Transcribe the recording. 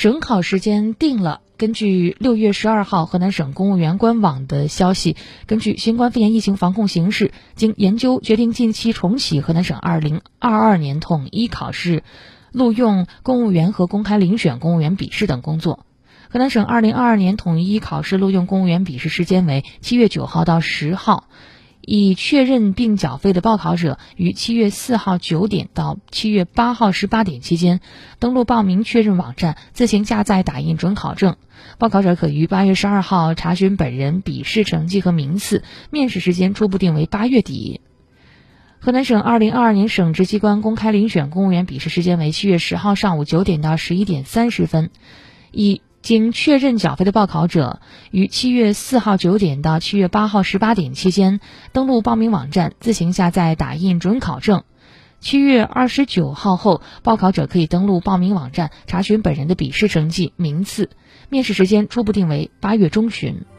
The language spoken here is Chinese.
省考时间定了。根据6月12号河南省公务员官网的消息，根据新冠肺炎疫情防控形势，经研究决定近期重启河南省2022年统一考试录用公务员和公开遴选公务员笔试等工作。河南省2022年统一考试录用公务员笔试时间为7月9号到10号。已确认并缴费的报考者于7月4号9点到7月8号18点期间登录报名确认网站，自行下载打印准考证。报考者可于8月12号查询本人笔试成绩和名次，面试时间初步定为8月底。河南省2022年省直机关公开遴选公务员笔试时间为7月10号上午9点到11点30分。已经确认缴费的报考者于7月4号9点到7月8号18点期间登录报名网站，自行下载打印准考证。7月29号后，报考者可以登录报名网站查询本人的笔试成绩、名次，面试时间初步定为8月中旬。